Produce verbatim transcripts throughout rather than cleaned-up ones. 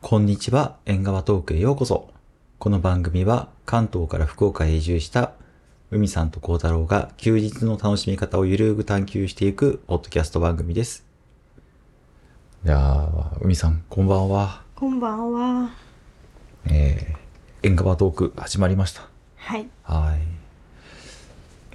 こんにちは、縁側トークへようこそ。この番組は関東から福岡へ移住した海さんと幸太郎が休日の楽しみ方をゆるーく探求していくポッドキャスト番組です。いやー、海さん、こんばんは。 こんばんは。 えー、縁側トーク始まりました。 はい。 はい。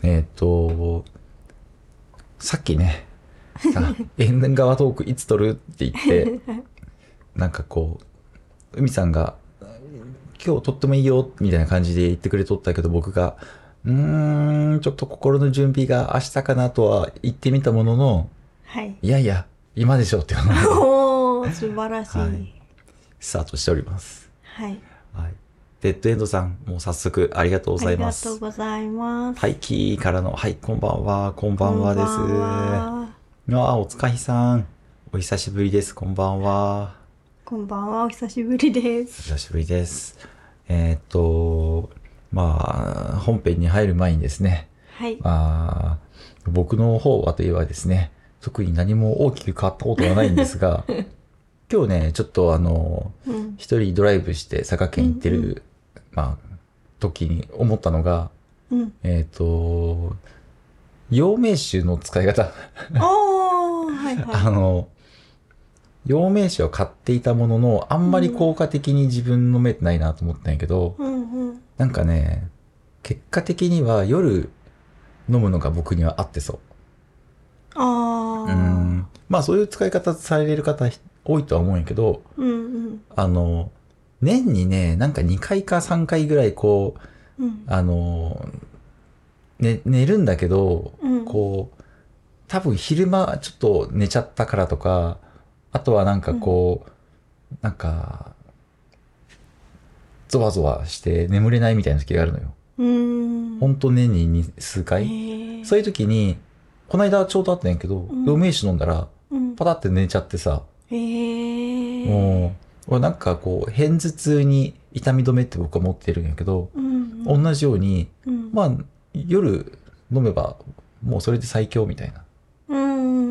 えーっと、さっきね、さ縁側トークいつ撮るって言って、なんかこう、海さんが今日とってもいいよみたいな感じで言ってくれとったけど、僕がうーんちょっと心の準備が明日かなとは言ってみたものの、 はい。 いやいや今でしょっていうので、 おー、素晴らしい。 はい、スタートしております。 はい。 はい。デッドエンドさん、もう早速ありがとうございます。 ありがとうございます。 はい、キーからの、はい、こんばんは、こんばんはです。 こんばんは。 あ、おつかひさん、お久しぶりです。こんばんは。 こんばんは。お久しぶりです。 久しぶりです。えーっと、まあ、本編に入る前にですね、 はい。 まあ、僕の方はといえばですね、特に何も大きく変わったことはないんですが、今日ね、ちょっとあの、 うん。 一人ドライブして佐賀県行ってる、 うんうんまあ、時に思ったのが、 うん。 えーっと、陽明酒の使い方。 おー、はいはい。 あの、陽明酒を買っていたものの、あんまり効果的に自分飲めてないなと思ったんやけど、 うんうん。 なんかね、結果的には夜飲むのが僕には合ってそう。 あうーー。 ん。まあそういう使い方される方多いとは思うんやけど、 うんうん。 あの、年にね、なんかにかいかさんかいぐらいこう、 うん。 あの、ね、寝るんだけど、 うん。 こう、多分昼間ちょっと寝ちゃったからとか、あとはなんかこう、なんか、ゾワゾワして眠れないみたいな時があるのよ。 うーん。 ほんと年にに数へ回。 ー。 そういう時に、この間ちょうどあったんやけど、 うん。 陽明酒飲んだら、 うん。 パタって寝ちゃってさ、 へー。 もう、俺なんかこう、片頭痛に痛み止めって僕は持ってるんやけど、 うんうん。 同じように、 うん。 まあ、夜飲めば、もうそれで最強みたいな。 うーん。 うん。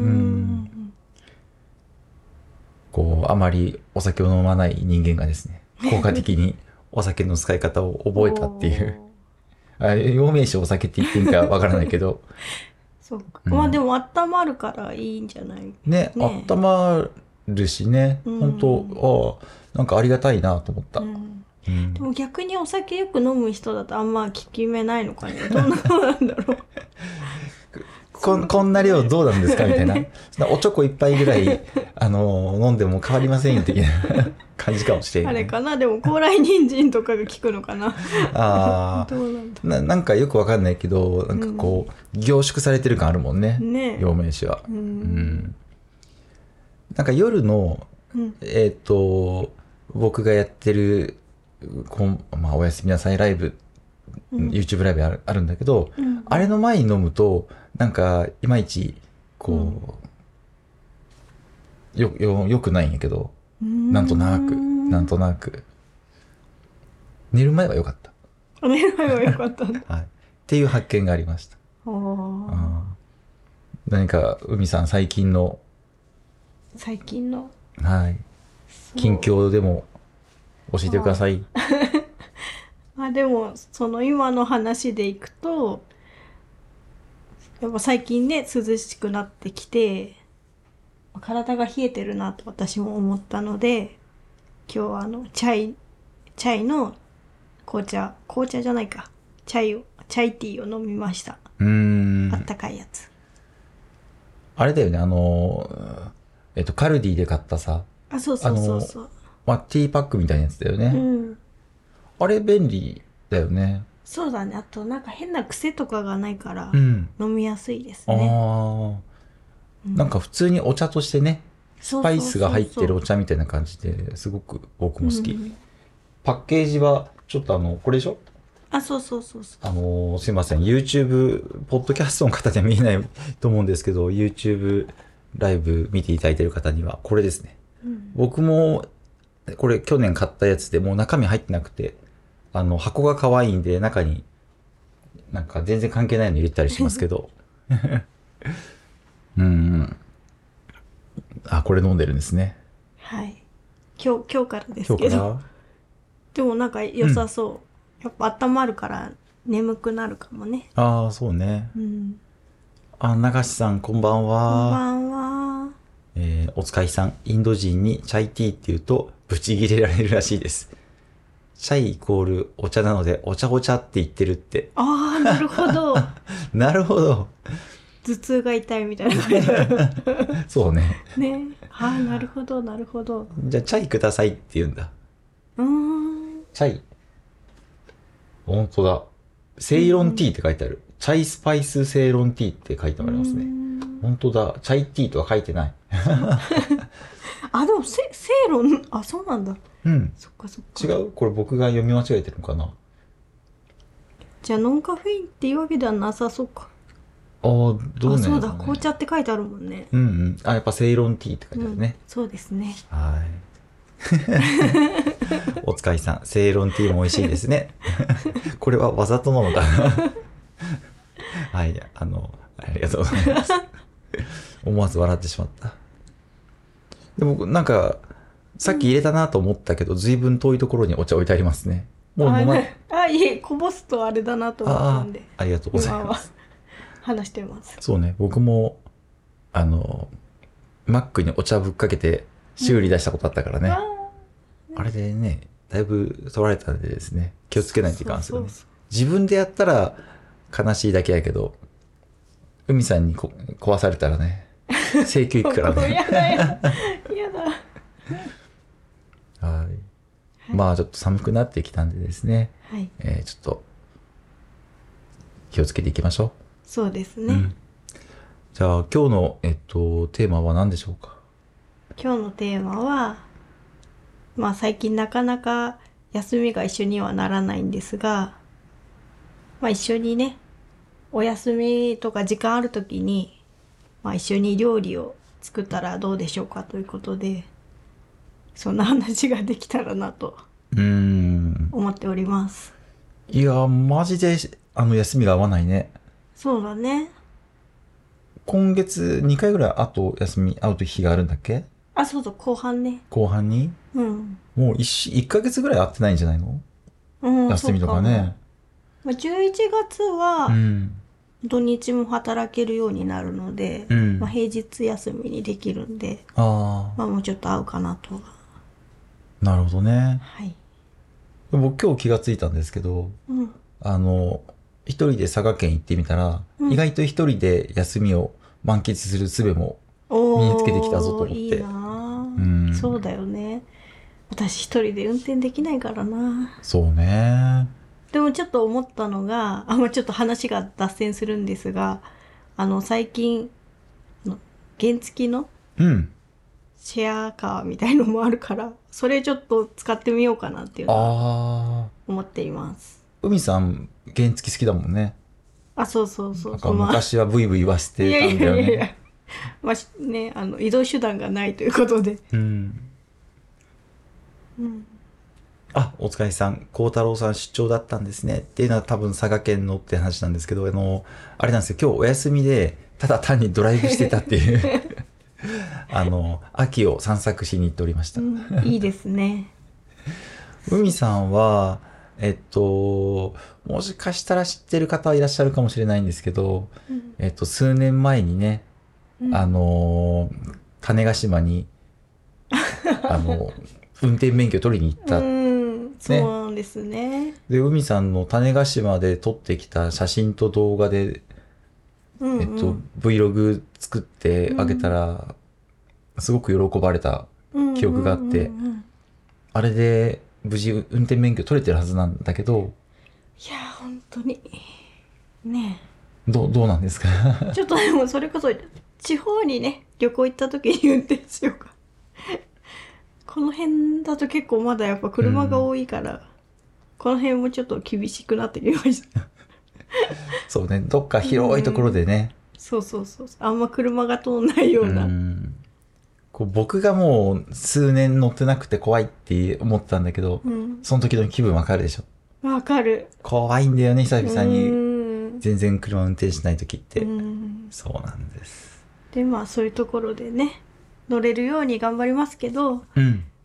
こう、あまりお酒を飲まない人間がですね、効果的にお酒の使い方を覚えたっていう。あ、陽明酒お酒って言っていいんかわからないけど。 そうか。 うん、 まあでも温まるからいいんじゃないね、 ね。 温まるしね、 うん本当、ああ、なんかありがたいなと思った。 うん。 うん、 でも逆にお酒よく飲む人だとあんま効き目ないのかね。どんなのなんだろう。 こんこんな量どうなんですかみたいな。 ね、 そんなおちょこ一杯ぐらい、あの、飲んでも変わりませんよ的な感じかもしれん、ね。 あれかな。でも高麗人参とかが効くのかな。 あどうなんだな。なんかよくわかんないけど、なんかこう、うん、凝縮されてる感あるもんね。 ね。 陽明酒は。 うん。 うん、なんか夜の、 うん、 えっ、ー、と、僕がやってる、こんまあ、おやすみなさいライブ、うん、YouTube ライブあるあるんだけど、うん、あれの前に飲むと、なんか、いまいち、こう、うん、よ、よ、よくないんやけど、なんとなく、なんとなく。寝る前は良かった。 寝る前は良かったんだ。 はい。っていう発見がありました。あ何か、海さん最近の、 最近の、 はい。近況でも教えてください。 あ、でも、その今の話でいくと、やっぱ最近ね、涼しくなってきて、体が冷えてるなと私も思ったので、今日はあの、チャイ、チャイの紅茶、紅茶じゃないか。チャイを、チャイティーを飲みました。 うーん。 あったかいやつ。 あれだよね、あの、えっと、カルディで買ったさ。 あ、そうそうそうそう。 まあ、ティーパックみたいなやつだよね。うん。あれ便利だよね。 そうだね。あとなんか変な癖とかがないから、うん、飲みやすいですね。 ああ、うん。なんか普通にお茶としてね、スパイスが入ってるお茶みたいな感じですごく僕も好き。うん、パッケージは、ちょっとあの、これでしょ？ あ、そうそうそうそう。 あのー、すいません。YouTube、ポッドキャストの方では見えないと思うんですけど、YouTube ライブ見ていただいている方には、これですね。うん、僕も、これ去年買ったやつでもう中身入ってなくて、あの、箱が可愛いんで、中に、なんか全然関係ないの入れたりしますけど。うん、うん。あ、これ飲んでるんですね。 はい。 今日今日からですけど今日からでもなんか良さそう、やっぱ温まるから眠くなるかもね。 ああ、そうね。 うんあ、流しさん、こんばんこんは。 ばんは。 えー、おつかいさん、インド人にチャイティーって言うと、ブチギレられるらしいです。チャイイコールお茶なので、お茶お茶って言ってるって。 ああ、なるほど。 なるほど。 頭痛が痛いみたいな感じそうね。 ね。ああ、なるほど、なるほど。 じゃあ、チャイくださいって言うんだ。 うーん。 チャイ。ほんとだ。セイロンティーって書いてある。チャイスパイスセイロンティーって書いてありますね。ほんとだ。チャイティーとは書いてない。 あ、でもセ、セイロン、あ、そうなんだ。 うん。 そっかそっか。 違う？これ僕が読み間違えてるのかな？ じゃあノンカフェインっていうわけではなさそうか。 ああ、どうあ、 ね、 そうだ、紅茶って書いてあるもんね。 うんうん。あ、やっぱセイロンティーって書いてあうんるね。 そうですね。 はい。おつかいさん、セイロンティーも美味しいですね。これはわざとなのかな？はい、あの、ありがとうございます。思わず笑ってしまった。でも、なんか、さっき入れたなと思ったけど、ずいぶん遠いところにお茶置いてありますね。もうあ、 飲ま、 ね、あ、いえ、こぼすとあれだなと思ったあんで、 あ、ありがとうござい今はます。 話してます。 そうね、僕も、あの、マックにお茶ぶっかけて修理出したことあったからね。 ああれでね、だいぶ取られたんでですね、気をつけないといかんすよねそうそうそう。 自分でやったら悲しいだけやけど、海さんにこ壊されたらね、請求行くからもうね。 やだやだ。やだ。 はい。まあちょっと寒くなってきたんでですね、 はい。 えーちょっと気をつけていきましょそうですう。 ね。 うん。じゃあ今日の、えっと、テーマは何でしょうか？ 今日のテーマは、まあ最近なかなか休みが一緒にはならないんですが、まあ一緒にね、お休みとか時間あるときに、まあ一緒に料理を作ったらどうでしょうかということで、そんな話ができたらなとうーん。 思っております。 いや、マジで、あの、休みが合わないね。 そうだね。 今月にかいぐらい後休み、会う日があるんだっけ？ あ、そうそう、後半ね。 後半にうん。 もういっかげつぐらい会ってないんじゃないの？ うん、 休みとかそうもね。 まあ、じゅういちがつうはん。 土日も働けるようになるので、 うんまあ、平日休みにできるんで、 あまあ、もうちょっと会うかなとは。 あ、なるほどね。 はい。 僕今日気がついたんですけど、 うん。 あの、一人で佐賀県行ってみたら、 うん意外と一人で休みを満喫する術も、 おー身につけてきたぞと思っていいなぁうんそうだよね。私一人で運転できないからな。 そうね。 でもちょっと思ったのが、あ、まあ、ちょっと話が脱線するんですが、あの、最近、あの原付きのうん。 シェアカーみたいのもあるから、それちょっと使ってみようかなっていうのはああ、 思っています。 海さん、原付好きだもんね。 あ、そうそうそなんかうそう。まあ昔はブイブイ言わせいやいてたんだよやいやいやね。。 まあしね、あの移動手段がないということで。 うん。 うん。 あ、お疲れさん、孝太郎さん出張だったんですね。っていうのは多分佐賀県のって話なんですけど、あの、あれなんですよ、今日お休みで、ただ単にドライブしてたっていう、あの、秋を散策しに行っておりました。 うんいいですね。 海さんは、えっと、もしかしたら知ってる方はいらっしゃるかもしれないんですけど、 うんえっと、数年前にね、 うんあの、種子島に、あの、運転免許取りに行った。 うん、そうなんですね。 で、海さんの種子島で撮ってきた写真と動画で、 うんうん、 えっと、Vlog 作ってあげたら、すごく喜ばれた記憶があってうんうんうんうんあれで無事運転免許取れてるはずなんだけど、 いや本当にねどう、どうなんですか？ えちょっとでもそれこそ地方にね旅行行った時に運転しようかこの辺だと結構まだやっぱ車が多いから、うん、この辺もちょっと厳しくなってきましたそうね、どっか広いところでね、 うん、そうそうそうあんま車が通んないような、 うんこう僕がもう数年乗ってなくて怖いって思ってたんだけど、うん、その時の気分わかるでしょ？ わかる。 怖いんだよね、久々に全然車運転しない時って。 うんそうなんです。 でまあそういうところでね乗れるように頑張りますけど、 うん、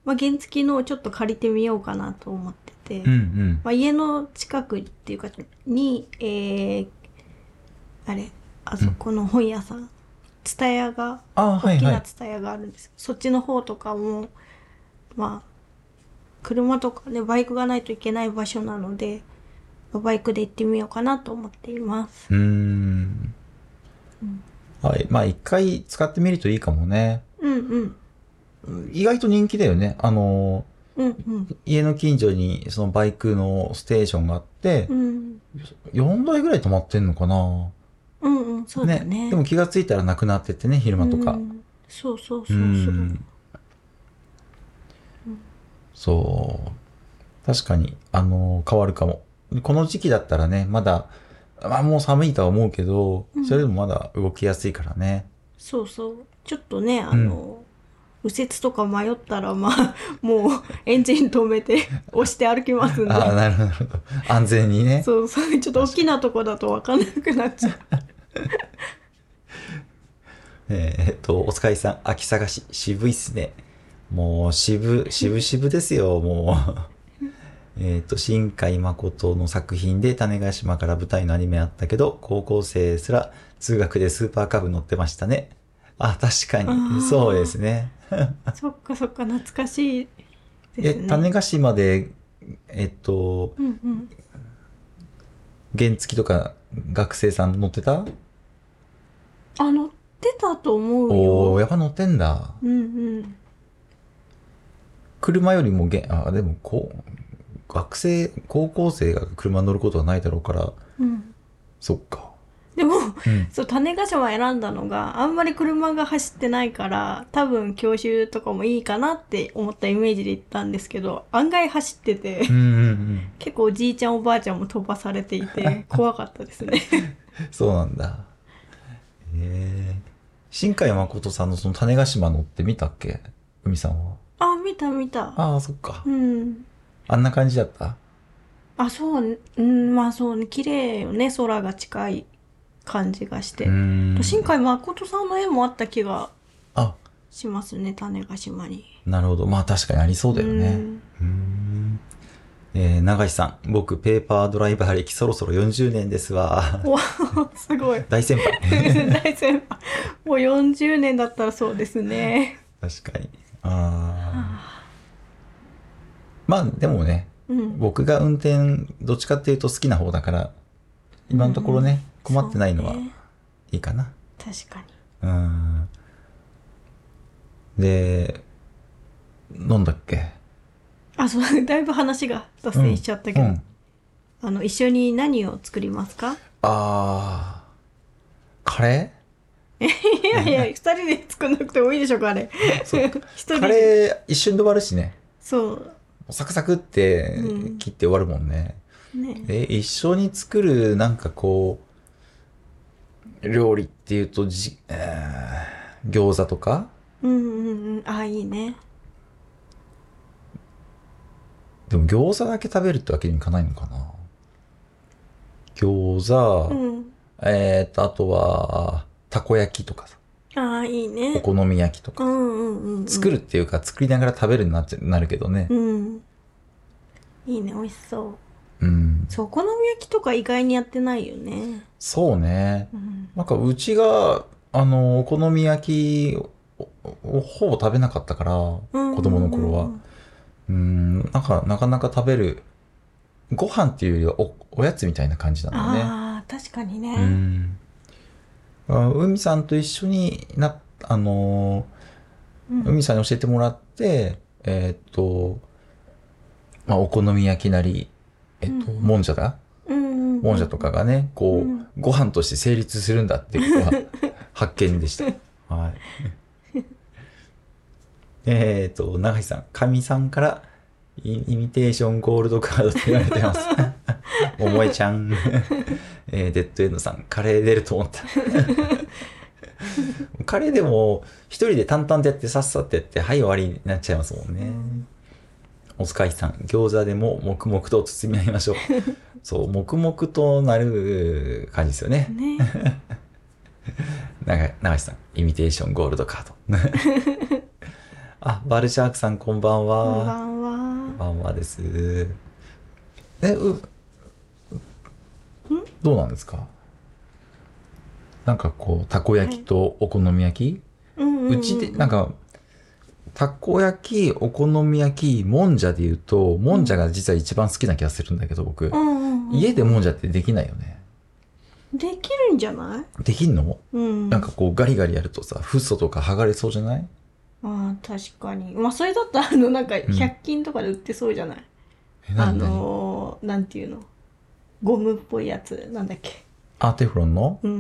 まあ、原付のをちょっと借りてみようかなと思ってて、 うんうんまあ、家の近くっていうかに、えー、あれあそこの本屋さん、蔦屋があはいは大きない蔦屋があるんですよ、そっちの方とかもまあ車とかねバイクがないといけない場所なので、バイクで行ってみようかなと思っています。 うーんはいまあ一回使ってみるといいかもね。 うんうん意外と人気だよね。あのうんうん家の近所にそのバイクのステーションがあって、 うんよんだいぐらい止まってんのかな。 うんうんそうだね。 でも気がついたらなくなっててね、昼間とか。 うんそうそううそうそう。 んそう確かにあの変わるかも。この時期だったらね、まだまあもう寒いとは思うけど、 うんそれでもまだ動きやすいからね。 そうそうちょっとねあの、右折とか迷ったらまあもうエンジン止めて押して歩きますんで。 ああなるほどなるほど。安全にね。 そうそうちょっと大きなとこだと分かんなくなっちゃう。 えーっとお疲れさん、秋探し渋いっすね。もう渋渋渋ですよもう。えっと新海誠の作品で種子島から舞台のアニメあったけど、高校生すら通学でスーパーカブ乗ってましたね。あ確かあにーそうですね。 そっかそっか懐かしいでえすね。 種子島でえっとうんうん原付とか学生さん乗ってた？ あ乗ってたと思うよ。 おーやっぱ乗ってんだ。 うんうん車よりもげあでもこう学生高校生が車乗ることはないだろうから、 うんそっか。 でも、 うんそう種子島選んだのがあんまり車が走ってないから多分教習とかもいいかなって思ったイメージで行ったんですけど、案外走ってて、 うんうんうん結構おじいちゃんおばあちゃんも飛ばされていて怖かったですね。 そうなんだ。へえ。新海誠さんのその種子島のって見たっけ？海さんは。 あ見た見た。 ああ、そっかう。んあんな感じだった？ あそううんまあそうね綺麗よね、空が近い感じがしうーて。 ん。 新海誠さんの絵もあった気があ、 しますね種子島に。 なるほど。まあ確かにありそうだよね。 うんうーん。えー、長井さん、僕、ペーパードライバー歴そろそろよんじゅうねんですわ。 わすごい。 大先輩。 大先輩もうよんじゅうねんだったらそうですね。 確かに。ああ。まあでもね、 うん僕が運転、どっちかっていうと好きな方だから、今のところね、困ってないのはそうねいいかな。 確かに。 うん。で、なんだっけ。 あそうだいぶ話が脱線しちゃったけど、 うんうんあの一緒に何を作りますか？ あー、カレいやいやふたりで作んなくてもいいでしょカレー。 そう一人ーカで。 レー一瞬で終わるしね。 そうサクサクってうん切って終わるもんね。 ね。 え、一緒に作るなんかこう、料理っていうとじ、えー餃子とかうんうんうんあいいね。 でも餃子だけ食べるってわけにいかないのかな。餃子、 うんえーと、あとは、たこ焼きとかさ、 あいいおね。 好み焼きとか、 うんうんうんうん作るっていうか作りながら食べるになっちゃなるけどね。 うんいいね美味しそう。 うん。 そうお好み焼きとか意外にやってないよね。 そうね。 うんなんかうちが、あの、お好み焼きををほぼ食べなかったから、子供の頃は。うん、なんかなかなか食べる、ご飯っていうよりはおおやつみたいな感じなんだよね。 ああ確かにね。 うん。あ海さんと一緒にな、あのうんー、海さんに教えてもらって、えーっと、まあ、お好み焼きなり、えっと、 うんもんじゃだうんうんもんじゃとかがね、こう、 うんご飯として成立するんだっていうことは発見でした。はい。えっと、長井さん、かみさんからイ、イミテーションゴールドカードって言われてます。おもえちゃん。えーデッドエンドさん、カレー出ると思った。カレーでも、一人で淡々とやってさっさとやって、はい終わりになっちゃいますもんね。おつかいさん、餃子でも黙々と包み合いましょう。そう、黙々となる感じですよね。 ね。 長長井さん、イミテーションゴールドカード。 あ、バルシャークさんこんばんこんは。 ばんこんばは。 んはです。え、う、どうなんですか？なんかこう、たこ焼きとお好み焼き、 うんうんうん、うん。 うちで、なんか、たこ焼き、お好み焼き、もんじゃで言うと、もんじゃが実は一番好きな気がするんだけど、僕。 うんうんうん、 家でもんじゃってできないよね。 できるんじゃない？ できんの？ うん。 なんかこう、ガリガリやるとさ、フッ素とか剥がれそうじゃない？ ああ、確かに。まあ、それだったら、あの、なんか、 うん。 ひゃく均とかで売ってそうじゃない？ え、なあになに？ のー、なんていうの？ゴムっぽいやつ。なんだっけ？ あ、テフロンの？ うん。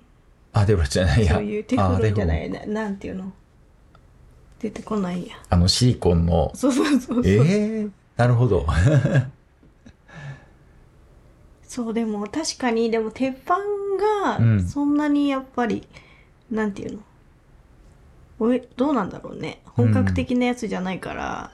あ、テフロンじゃないや。 そういうテフあ、 ロンじゃなテフロン。 いな、なんていうの？出てこないや。 あの、シリコンの。 そうそうそうえそう。 えー、なるほど。 そう、でも確かに、でも鉄板がうん。 そんなにやっぱり、なんていうの？おい、どうなんだろうね。 う本格ん。 的なやつじゃないから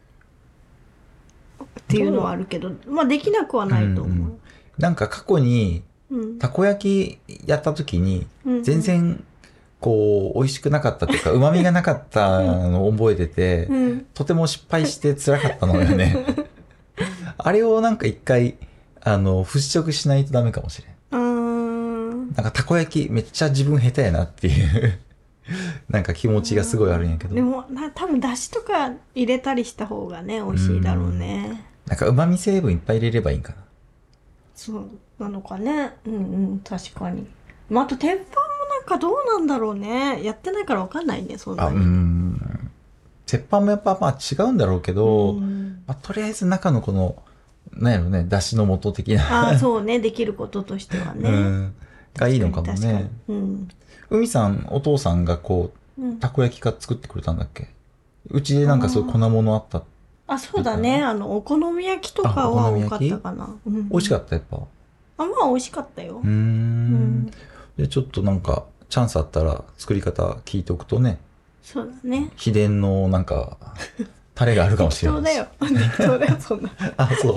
っていうのはどう？ あるけど、まあできなくはうんうないと思ん。なんか過去に、 う。うん。 たこ焼きやった時に、 うんうん。 全然、こう、美味しくなかったというか、旨味がなかったのを覚えてて、 うん。 とても失敗して辛かったのよね。あれをなんか一回、あの、払拭しないとダメかもしれん。 うーん。 なんかたこ焼きめっちゃ自分下手やなっていうなんか気持ちがすごいあるんやけど。 でもな、多分だしとか入れたりした方がね、美う味しいだろうん。 ね。 なんか旨味成分いっぱい入れればいいんかな。 そうなのかね。うんうん、確かに。まあ、あと鉄板もなんかどうなんだろうね。やってないからわかんないね、そんあ、うーなに。 ん。鉄板もやっぱまあ違うんだろうけうど、 ん。 まあ、とりあえず中のこの、なんやろね、出汁の素的なああ、そうね。できることとしてはうね。 ん、がい確かにいのかも確かに。 ね。 うん。 海さん、お父さんがこう、 うん。 たこ焼きが作ってくれたんだっけ？うちでなんかそういう粉あ物あったってあ。あ、そう言ったよ。 だね。あの、お好み焼きとあ、おか好は多かったみ焼きかな。うん。 美味しかった、やっぱ。 あ、まあ美味しかったよ。 うーん。 うん。 で、ちょっとなんか、チャンスあったら作り方聞いておくとね、 そうだね。 秘伝のなんか、タレがあるかも適しれないし。 当だよ。適当だよ、そんな。 あ、そう。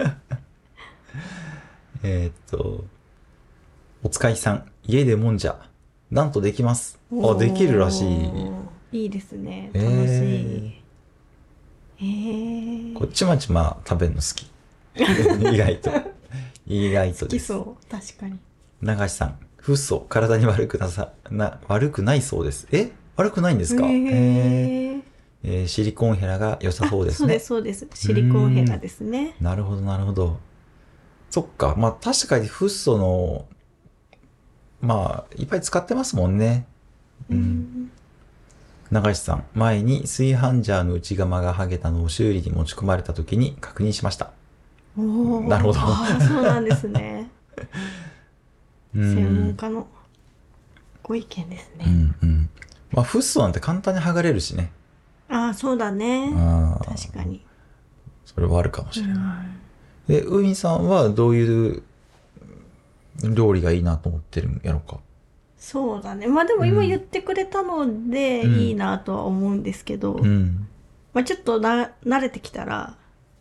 えーっと、おつかいさん、家でもんじゃ。なんとできます。あ、できるらしい。 おー、いいですね。楽しえい。えー、 ー、 こっちまちま食べるの好き。意外と。意外と好きです。 そう。確かに。 流しさん、フッ素、体に悪くなさ、な、悪くないそうです。え、悪くないんですえか？えー、 ー、えーシリコンヘラが良さあ、 そうですね。 そうです、そうです。 うーシリコンヘラん。 ですね。 なるほど、なるほど。そっか。まあ確かにフッ素の、まあ、いっぱい使ってますもんね。 ううん。 ん。 流しさん、前に炊飯ジャーの内釜が剥げたのを修理に持ち込まれた時に確認しました。 おなるほど。 ー、ああ、そうなんですね。 う専門ん。 家のご意見ですうね。 んうん。まあ、フッ素なんて簡単に剥がれるしね。 ああ、そうだね。 ああ、 確かに。 それはあるかもうしれない。 ん。 で、ウインさんはどういう料理がいいなと思ってるんやろか。 そうだね。まあでも今言っうん。 てくれたのでうん。 いいなとは思うんですけど、 うん。 まあちょっとな、慣れてきたら、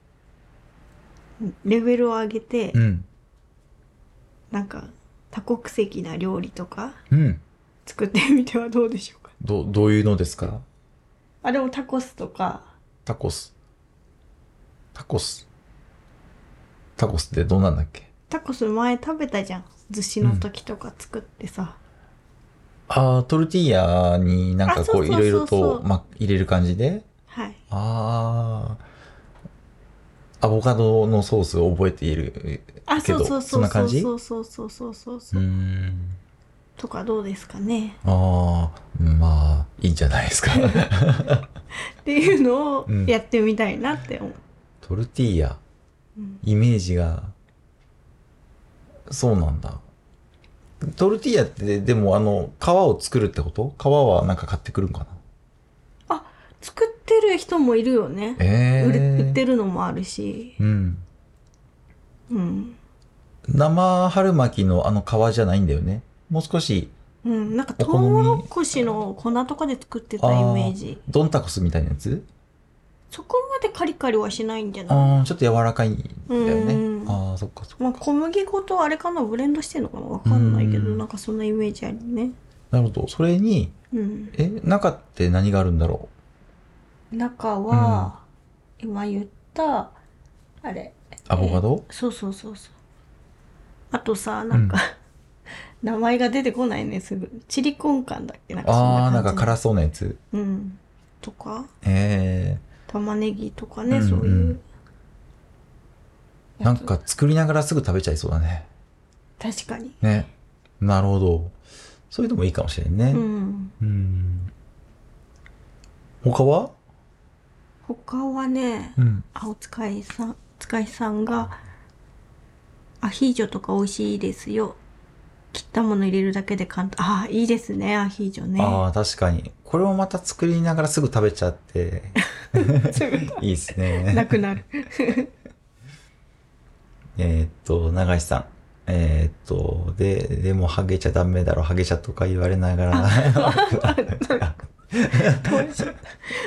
レベルを上げて、 うん。 なんか多国籍な料理とかうん。 作ってみてはどうでしょうか。 ど、どういうのですか？ あ、でもタコスとか、 タコス。タコス。タコスってどうなんだっけ？ タコス前食べたじゃん。寿司のうん。 時とか作ってさ。 ああ、トルティーヤになんあ、 かこういろいろそうそうそうそと、 う。 ま、入れる感じで。 はい。 ああ、アボカドのソースを覚えているあ、 けど、 そうそうそんそうそうそな感じ？ うそうそうそうそううーそう。 ん。 とかどうですかね。 ああ、まあ、いいんじゃないですか。 っていうのをうん。 やってみたいなって思う。 トルティーヤ、 うん。 イメージが、そうなんだ。トルティーヤってでもあの、皮を作るってこと？皮はなんか買ってくるんかな？ あ、作ってる人もいるよね。売れ、売っええてるのもあるし。 ー。うん。 うん。 生春巻きのあの皮じゃないんだよね。もう少しうん。なんかおトウモロ好み、 コシの粉とかで作ってたイメああ、 ージ。 ドンタコスみたいなやつ？ そこまでカリカリはしないんじゃない？ ああ、ちょっと柔らかいんうだよね。 ん。 ああ、そっかそっまあか。 小麦粉とあれかな、ブレンドしてんのかな、わうーかんないけど、 ん。 なんかそんなイメージあるね。 なるほど。それに、 うん。 え、中って何があるんだろ中は、今言ったあれアボカド、 えーそうそうそうそう。あとさ、なんか、名前が出てこないね、すぐ。チリコンカンだっけ、なんかそんなああ、 感じ。 なんか辛そうなやつ。 うん。とか、 え玉ねぎとかね、 うんうんそういうー、なやつ。 んか作りながらすぐ食べちゃいそうだね。 確かに。 ね。なるほど。そういうのもいいかもしれんね。 うん。 うん。他は？ 他はね、 うん。 あ、お使いさん、使いさんが、アヒージョとか美味しいですよ。切ったもの入れるだけで簡単。ああ、いいですね、アヒージョね。 ああ、確かに。これをまた作りながらすぐ食べちゃって、 すぐいいですなね。 くなる。 えーっと、長井さん。えーっと、で、でもハゲちゃダメだろ、ハゲちゃとか言われながら。 どうしよう。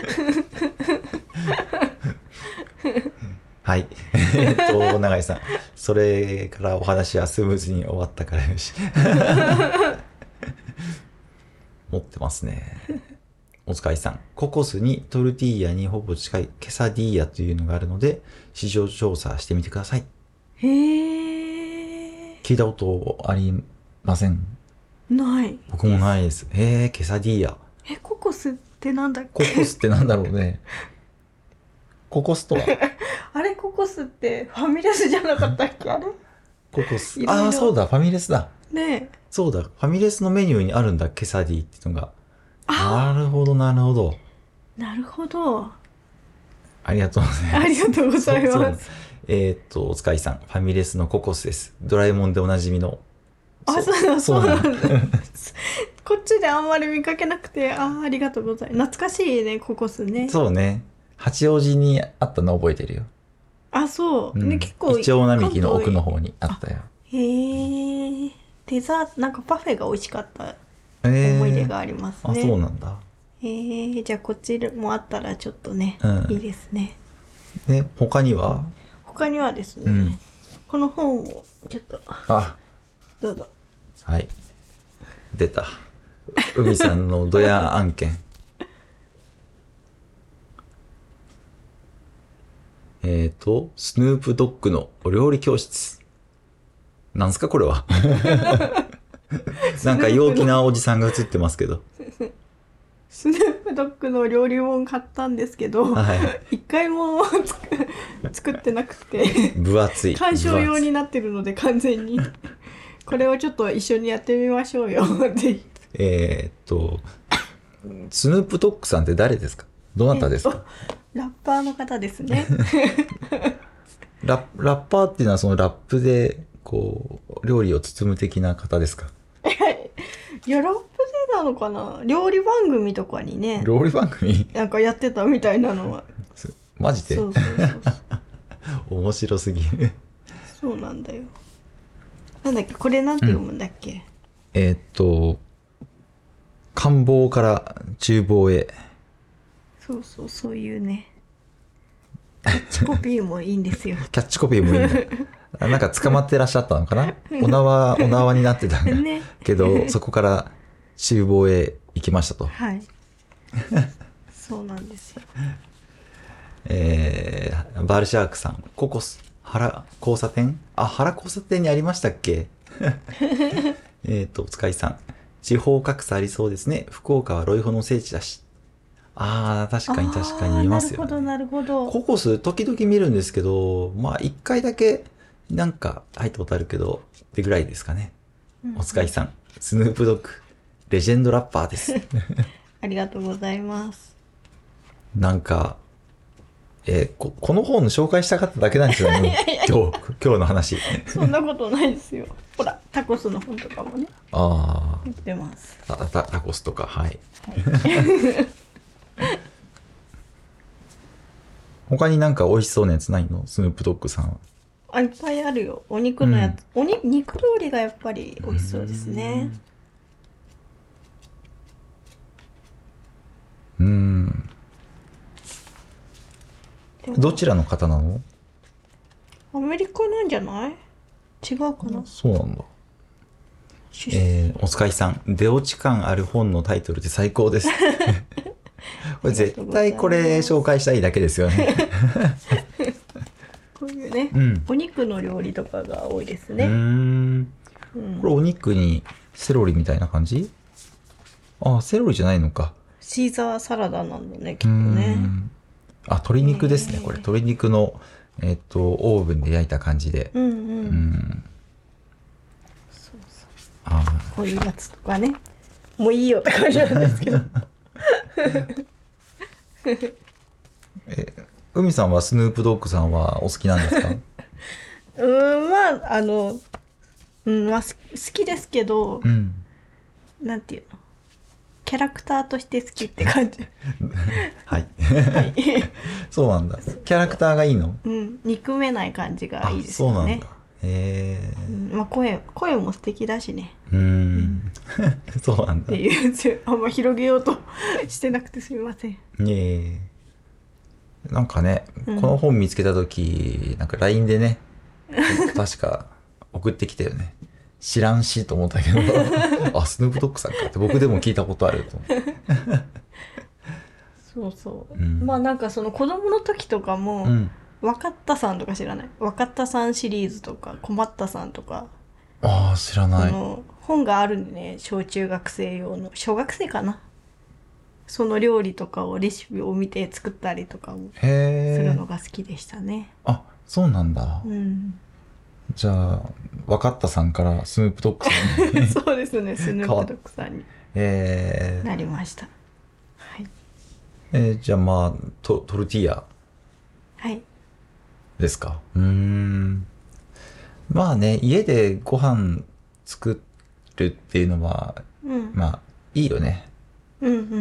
はい。えーっと、長井さん。それからお話はスムーズに終わったからよし。持ってますね。お使いさん。ココスにトルティーヤにほぼ近いケサディーヤというのがあるので、市場調査してみてください。 へえ。 聞いたことありません？ ない。 僕もないです。へえ、ケサディーヤ。 え、ココスってなんだっコけ？ コスってなんだろうね。ココスとは？ あれ、ココスってファミレスじゃなかったっけ？あれココス。 いろいろああ、そうだ、ファミレスだ。 ねえ。 そうだ、ファミレスのメニューにあるんだ、ケサディっていうのが。 あなるほど、なるほど。 なるほど。 ありがとうございます。 ありがとうございそうそうます。 えーっと、お使いさん。ファミレスのココスです。ドラえもんでおなじみの。 あ、そうだ、そうななんんだ。こっちであんまり見かけなくて、あー、ありがとうございます。懐かしいね、ココスね。 そうね。八王子にあったの覚えてるよ。 あ、そう。 うん。 ね、結構。 イチョウ並木の奥の方にあったよ。 へえ。デザート、なんかパフェが美味しかったえ思い出がありますあ、 ね。 そうなんだ。 へえ、じゃあこっちもあったらちょっとね、 うんいいですね。 で、他には？ 他にはですね、 うんこの本をちょっとあ、 どうぞ。 はい。出た。海さんのドヤ案件。えっと、スヌープドッグのお料理教室。なんすかこれは。なんか陽気なおじさんが映ってますけど。 スヌープドッグの料理本買ったんですけど、 はい一回も作作ってなくて分厚い。 鑑賞用分厚いになってるので完全にこれをちょっと一緒にやってみましょうよぜひ。 えーっと、スヌープドッグさんって誰ですか？どなたですか？ ラッパーの方ですね。 ラッラッパーっていうのはそのラップでこう料理を包む的な方ですか？ いや、ラップでなのかな、料理番組とかにね、 料理番組？ なんかやってたみたいなのは。 マジで？ そうそうそうそう面白すぎる。 そうなんだよ。なんだっけ、これなんて読むんだっけ。 えーっと、官房から厨房へ。 そうそう、そういうね、キャッチコピーもいいんですよ。 キャッチコピーもいいんだ。なんか捕まってらっしゃったのかな？お縄、お縄になってたんだ。 ねけど、そこから厨房へ行きましたと。 はい。そうなんですよ。 えー、バールシャークさん、ココス、原交差点？あ、原交差点にありましたっけ？えっと、お使いさん、地方格差ありそうですね。福岡はロイホの聖地だし。あー、確かに確かに言いますよ、ね。 あーなるほどなるほど。 ココス、時々見るんですけど、まあ、一回だけ、なんか、入ったことあるけど、ってぐらいですかね。 うんお使いさん、スヌープドッグ、レジェンドラッパーです。 ありがとうございます。 なんか、えーこ、この本紹介したかっただけなんですよね。今日、今日の話。 そんなことないですよ。ほら、タコスの本とかもね、 あ売ってます。 あ、タタタコスとか、はい。他になんか美味しそうなやつないの？スヌープドッグさんは。 あ、いっぱいあるよ。お肉のやつ、おに肉料理がやっぱり美味しそうですね。 うーん。 でもどちらの方なの？ アメリカなんじゃない？違うかな。 そうなんだ。 出身えー、お使いさん、出落ち感ある本のタイトルで最高です。 これ絶対これ紹介したいだけですよね。 こういうね、 うん。 お肉の料理とかが多いですうーね。 ん。 うんこれお肉にセロリみたいな感じ？あ、セロリじゃないのか。 シーザーサラダなんだね、きうーっとね。 ん。あ、鶏肉ですね。 へーこれ鶏肉の、えっと、オーブンで焼いた感じで。 うんう。 うんん。 そうそう。 あこういうやつとかね。もういいよって感じなんですけど。 ーえ、海さんはスヌープドッグさんはお好きなんですか？ うーん、まあ、あの、うん、まあ、す好きですけどう、ん。 なんていうの。キャラクターとして好きって感じ。 はい。 はい。 そうなんだ。キャラクターがいいの？ うん、憎めない感じがあ、 いいですよね。 そうなんだ。へえ。 うん、まあ声、声も素敵だしね。 うーん。そうなんだ。 っていう、あんま広げようとしてなくてすみません。 いえいえ。なんかね、 うんこの本見つけたとき、なんか ライン でね、確か送ってきたよね。知らんしと思ったけど、あ、スヌープドッグさんかって僕でも聞いたことあると思って。 そうそう。 うんまあなんかその子供の時とかも、 うん。 わかったさんとか知らない？わかったさんシリーズとか、困ったさんとか、 ああ、知らない。 その本があるんでね、小中学生用の、小学生かな。その料理とかをレシピを見て作ったりとかもへえするの。が好きでしたね。 あ、そうなんだ。 うん。 じゃあ、わかったさんからスヌープドッグさんに。 そうですね、スヌープドッグさんにえーなりました。はい。 えーじゃあまあ、ト、トルティーヤはい。 ですか。うーん。まあね、家でご飯作るっていうのは、 うん。 まあ、いいよね。 うんうんうん。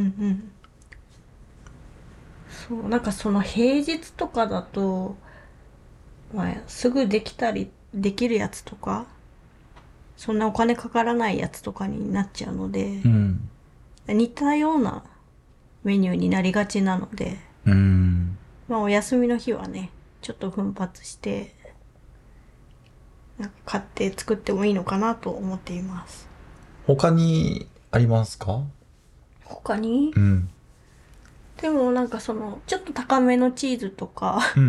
そう、なんかその平日とかだと、まあ、すぐできたり、できるやつとか、そんなお金かからないやつとかになっちゃうのでう、ん。 似たようなメニューになりがちなので、 うーん。 まあお休みの日はね、ちょっと奮発して、なんか買って作ってもいいのかなと思っています。 他にありますか？ 他にうん。 でもなんかその、ちょっと高めのチーズとか、 うん。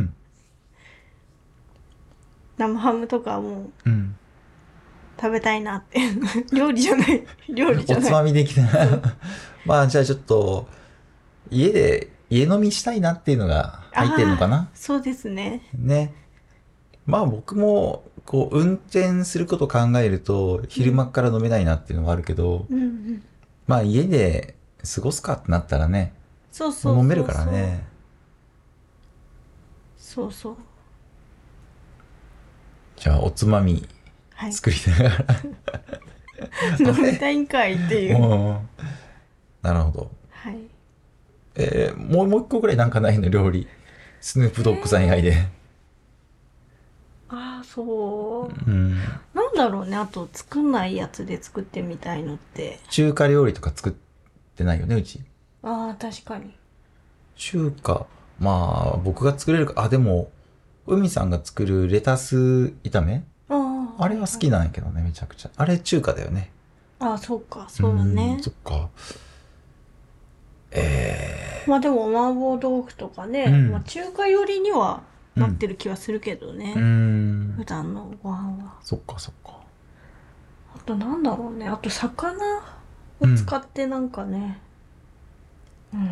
生ハムとかもうん。 食べたいなって。料理じゃない。料理じおつまゃない。 み的な。まあ、じゃあちょっと、家で、家飲みしたいなっていうのが入ってんのかああ、 な？ そうですね。 ね。まあ僕も、こう、運転することを考えると、昼間っから飲めないなっていうのはあるけど、 うんうん。 まあ家で過ごすかってなったらね、 そうそうそうそう。 飲めるからね。 そうそう。 じゃあおつまみはい。 作りながら。 飲みたいんかいっていう。 うんなるほど。 はい。 えーもう、もう一個ぐらいなんかないの料理。スヌープドッグさん以外で。 ああ、そう。 うん。 なんだろうね。あと、作んないやつで作ってみたいのって。 中華料理とか作ってないよね、うち。 ああ、確かに。 中華。まあ、僕が作れるか。あ、でも、海さんが作るレタス炒めああ。 あれは好きなんやけどね、めちゃくちゃ。あれ中華だよね。 ああ、そうか。そうだうねん。そっか。えまあでも、麻婆豆腐とかね。 うんまあ中華寄りにはなってる気はするけどね。 ー、うーん普。段のご飯は。 そっかそっか。 あとなんだろうね。あと魚を使ってなんかね。うん。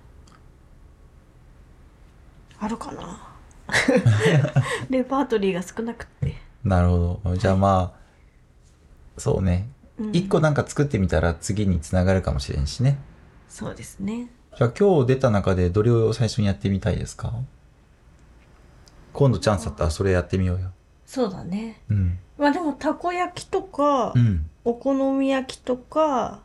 あるかな。レパートリーが少なくって。 なるほど。じゃあまあ、そうね。 うん一個なんか作ってみたら次につながるかもしれんしね。 そうですね。 じゃあ今日出た中でどれを最初にやってみたいですか？今度チャンスあったらそれやってみようよ。 そうだね。 うん。 まあでもたこ焼きとか、 うん。 お好み焼きとか、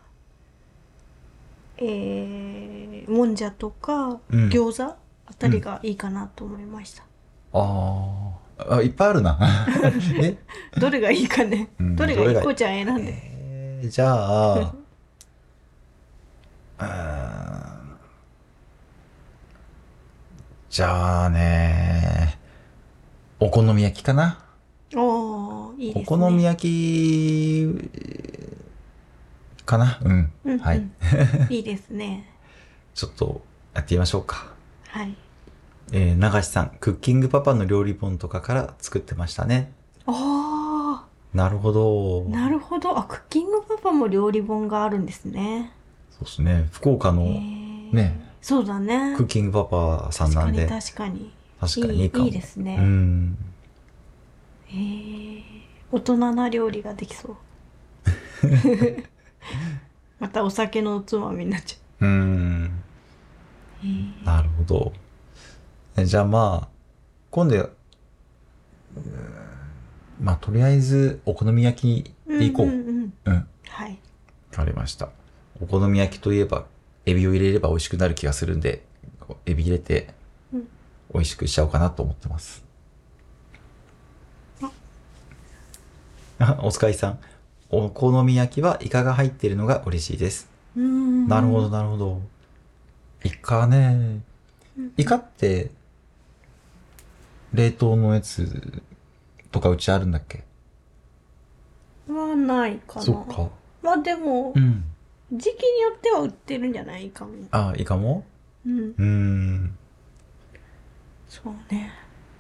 えー、もんじゃとか、 うん餃子あたりがいいかなと思いました。 あーあ、いっぱいあるな。え、 どれがいいかね。 うんどれどれがいいがいいこうちゃん選んで。 えーじゃあ、うーんじゃあね、お好み焼きかな。 おー、いいですね。 お好み焼きかな。うん。 うんうんはい。 いいですね。 ちょっとやってみましょうか。 はい。 えー、流しさん、クッキングパパの料理本とかから作ってましたね。 あなるほど。 あ、なるほど。あ、クッキングパパも料理本があるんですね。 そうですね。福岡のへーね、 そうだね。 クッキングパパさんなんで。 確かに確かに。 確かにいいかも。 いいですね。 うん。 へえ。大人な料理ができそう。またお酒のおつまみになっちゃうん。 う。へえ。 なるほど。えじゃあまあ、今度、まあとりあえずお好み焼きでいこう。 うんうんうん。 うん。わはい。 かりました。お好み焼きといえば、エビを入れれば美味しくなる気がするんで、エビ入れてうん美味しくしちゃおうかなと思ってます。あ、おつかいさん。お好み焼きはイカが入っているのが嬉しいです。 うーん。 なるほど、なるほど。イカね。イカって冷凍のやつとかうちあるんだっけ？ はないかな。 そっか。 まあでも、 うん。 時期によっては売ってるんじゃないかも。 あ、イカも？ うん。 うーん。 そうね。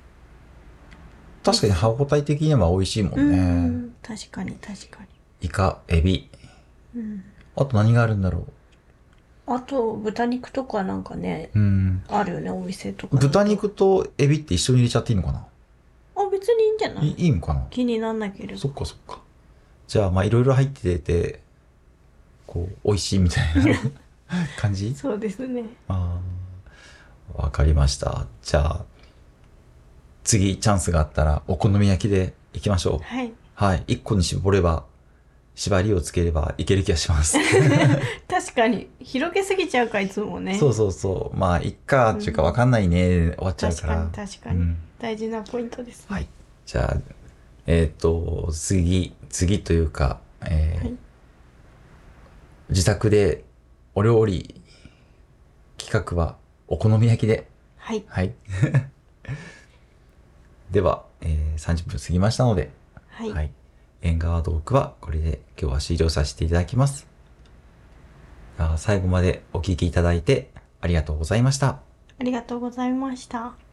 確かに歯応え的には美味しいもうんね。 ん。確かに確かに。 イカ、エビ。 うん。 あと何があるんだろあと、豚肉とかなんかね、 う。うん。 あるよね、お店とかだと。 豚肉とエビって一緒に入れちゃっていいのかな？ あ、別にいいんじゃない？ いいいのかな？ 気になんなければ。 そっかそっか。じゃあまあいろいろ入ってて、こう、美味しいみたいな感じ？ そうですね。 ああ、わかりました。じゃあ、次チャンスがあったらお好み焼きでいきましょう。 はい。 はい。一個に絞れば、縛りをつければいける気がします。 確かに。広げすぎちゃうか、いつもね。 そうそうそう。まあ、いっか、っていうかわかんないね、終わっちゃうから。 確かに確かに。 うん大事なポイントですね。 はい。じゃあ、えっ、と、次、次というか、えーはい自宅でお料理企画はお好み焼きで。 はい。 はい。では、えーさんじゅっぷん過ぎましたので、 はい。 はい。縁側トークはこれで今日は終了させていただきます。あー最後までお聞きいただいてありがとうございました。 ありがとうございました。